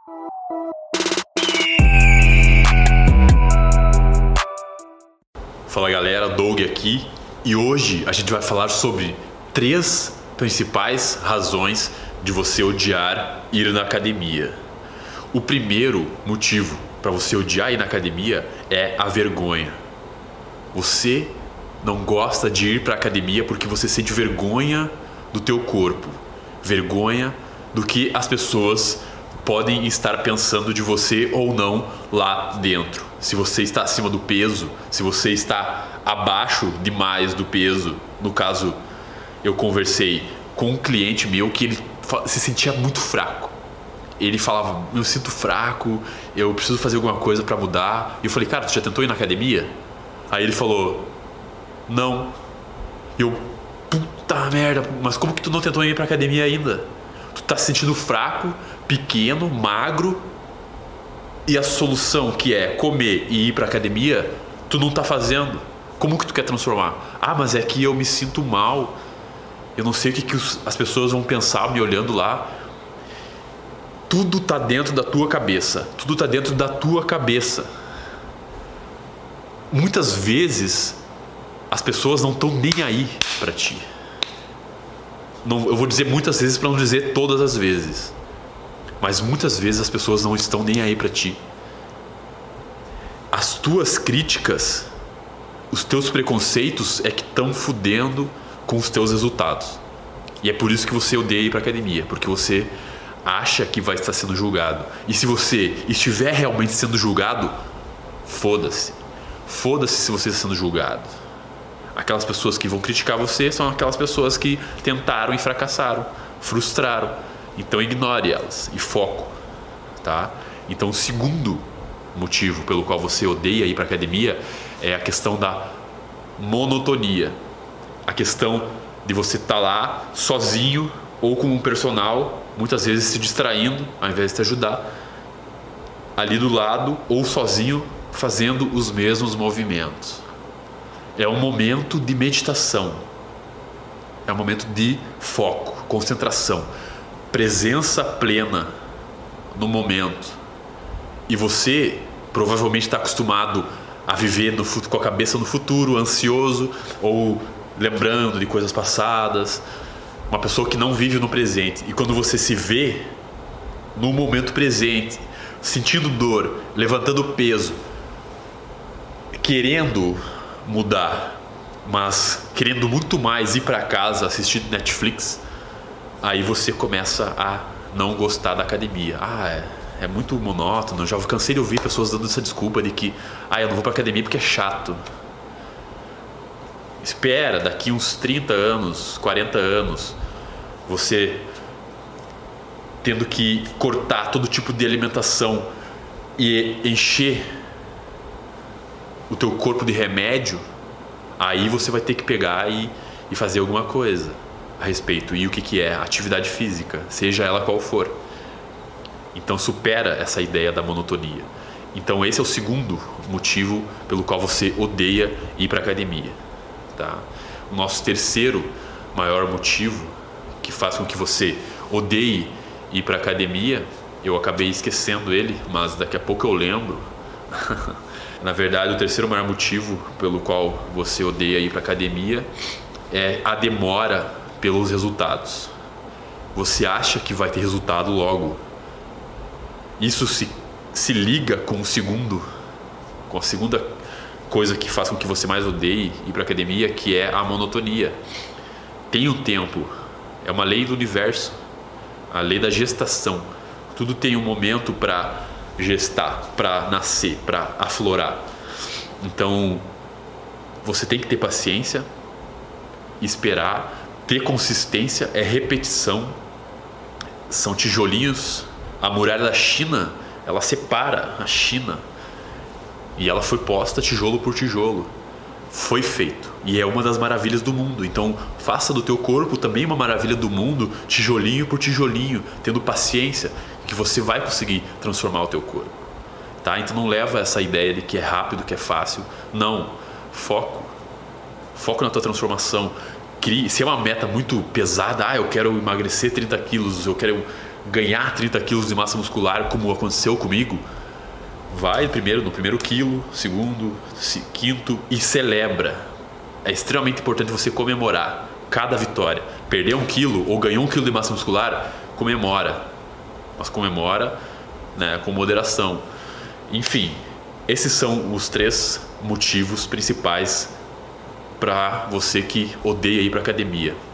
Fala galera, Doug aqui, e hoje a gente vai falar sobre 3 principais razões de você odiar ir na academia. O primeiro motivo para você odiar ir na academia é a vergonha. Você não gosta de ir para a academia porque você sente vergonha do teu corpo, vergonha do que as pessoas podem estar pensando de você ou não lá dentro. Se você está acima do peso, se você está abaixo demais do peso. No caso, eu conversei com um cliente meu que ele se sentia muito fraco. Ele falava, eu sinto fraco, eu preciso fazer alguma coisa para mudar. E eu falei, cara, tu já tentou ir na academia? Aí ele falou, não. E eu, puta merda, mas como que tu não tentou ir pra academia ainda? Tu tá se sentindo fraco, pequeno, magro, e a solução que é comer e ir pra academia, tu não tá fazendo. Como que tu quer transformar? Ah, mas é que eu me sinto mal, eu não sei o que as pessoas vão pensar me olhando lá. Tudo tá dentro da tua cabeça. Tudo tá dentro da tua cabeça. Muitas vezes as pessoas não estão nem aí pra ti. Não, eu vou dizer muitas vezes para não dizer todas as vezes. Mas muitas vezes as pessoas não estão nem aí pra ti. As tuas críticas, os teus preconceitos é que estão fudendo com os teus resultados. E é por isso que você odeia ir pra academia, porque você acha que vai estar sendo julgado. E se você estiver realmente sendo julgado, foda-se. Foda-se se você está sendo julgado. Aquelas pessoas que vão criticar você são aquelas pessoas que tentaram e fracassaram, frustraram. Então ignore elas e foco, tá? Então o segundo motivo pelo qual você odeia ir para academia é a questão da monotonia. A questão de você estar lá sozinho ou com um personal, muitas vezes se distraindo ao invés de te ajudar, ali do lado ou sozinho fazendo os mesmos movimentos. É um momento de meditação, é um momento de foco, concentração, presença plena no momento. E você provavelmente está acostumado a viver com a cabeça no futuro, ansioso ou lembrando de coisas passadas. Uma pessoa que não vive no presente. E quando você se vê no momento presente, sentindo dor, levantando peso, querendo mudar, mas querendo muito mais ir para casa assistir Netflix, aí você começa a não gostar da academia. É muito monótono. Já cansei de ouvir pessoas dando essa desculpa de que eu não vou para academia porque é chato. Espera, daqui uns 30 anos, 40 anos, você tendo que cortar todo tipo de alimentação e encher o teu corpo de remédio, aí você vai ter que pegar e fazer alguma coisa a respeito. E o que é? Atividade física, seja ela qual for. Então supera essa ideia da monotonia. Então esse é o segundo motivo pelo qual você odeia ir para academia, tá? O nosso terceiro maior motivo que faz com que você odeie ir para academia, eu acabei esquecendo ele, mas daqui a pouco eu lembro. Na verdade, o terceiro maior motivo pelo qual você odeia ir para academia é a demora pelos resultados. Você acha que vai ter resultado logo. Isso se liga com a segunda coisa que faz com que você mais odeie ir para academia, que é a monotonia. Tem um tempo, é uma lei do universo, a lei da gestação. Tudo tem um momento para gestar, para nascer, para aflorar. Então você tem que ter paciência, esperar, ter consistência, é repetição, são tijolinhos. A muralha da China, ela separa a China e ela foi posta tijolo por tijolo. Foi feito e é uma das maravilhas do mundo. Então faça do teu corpo também uma maravilha do mundo, tijolinho por tijolinho, tendo paciência, que você vai conseguir transformar o teu corpo, tá? Então não leva essa ideia de que é rápido, que é fácil. Não, foco na tua transformação. Se é uma meta muito pesada, eu quero emagrecer 30 quilos, eu quero ganhar 30 quilos de massa muscular, como aconteceu comigo, vai no primeiro quilo, segundo, quinto e celebra. É extremamente importante você comemorar cada vitória. Perder 1 quilo ou ganhou 1 quilo de massa muscular, comemora. Mas comemora, né, com moderação. Enfim, esses são os 3 motivos principais para você que odeia ir para academia.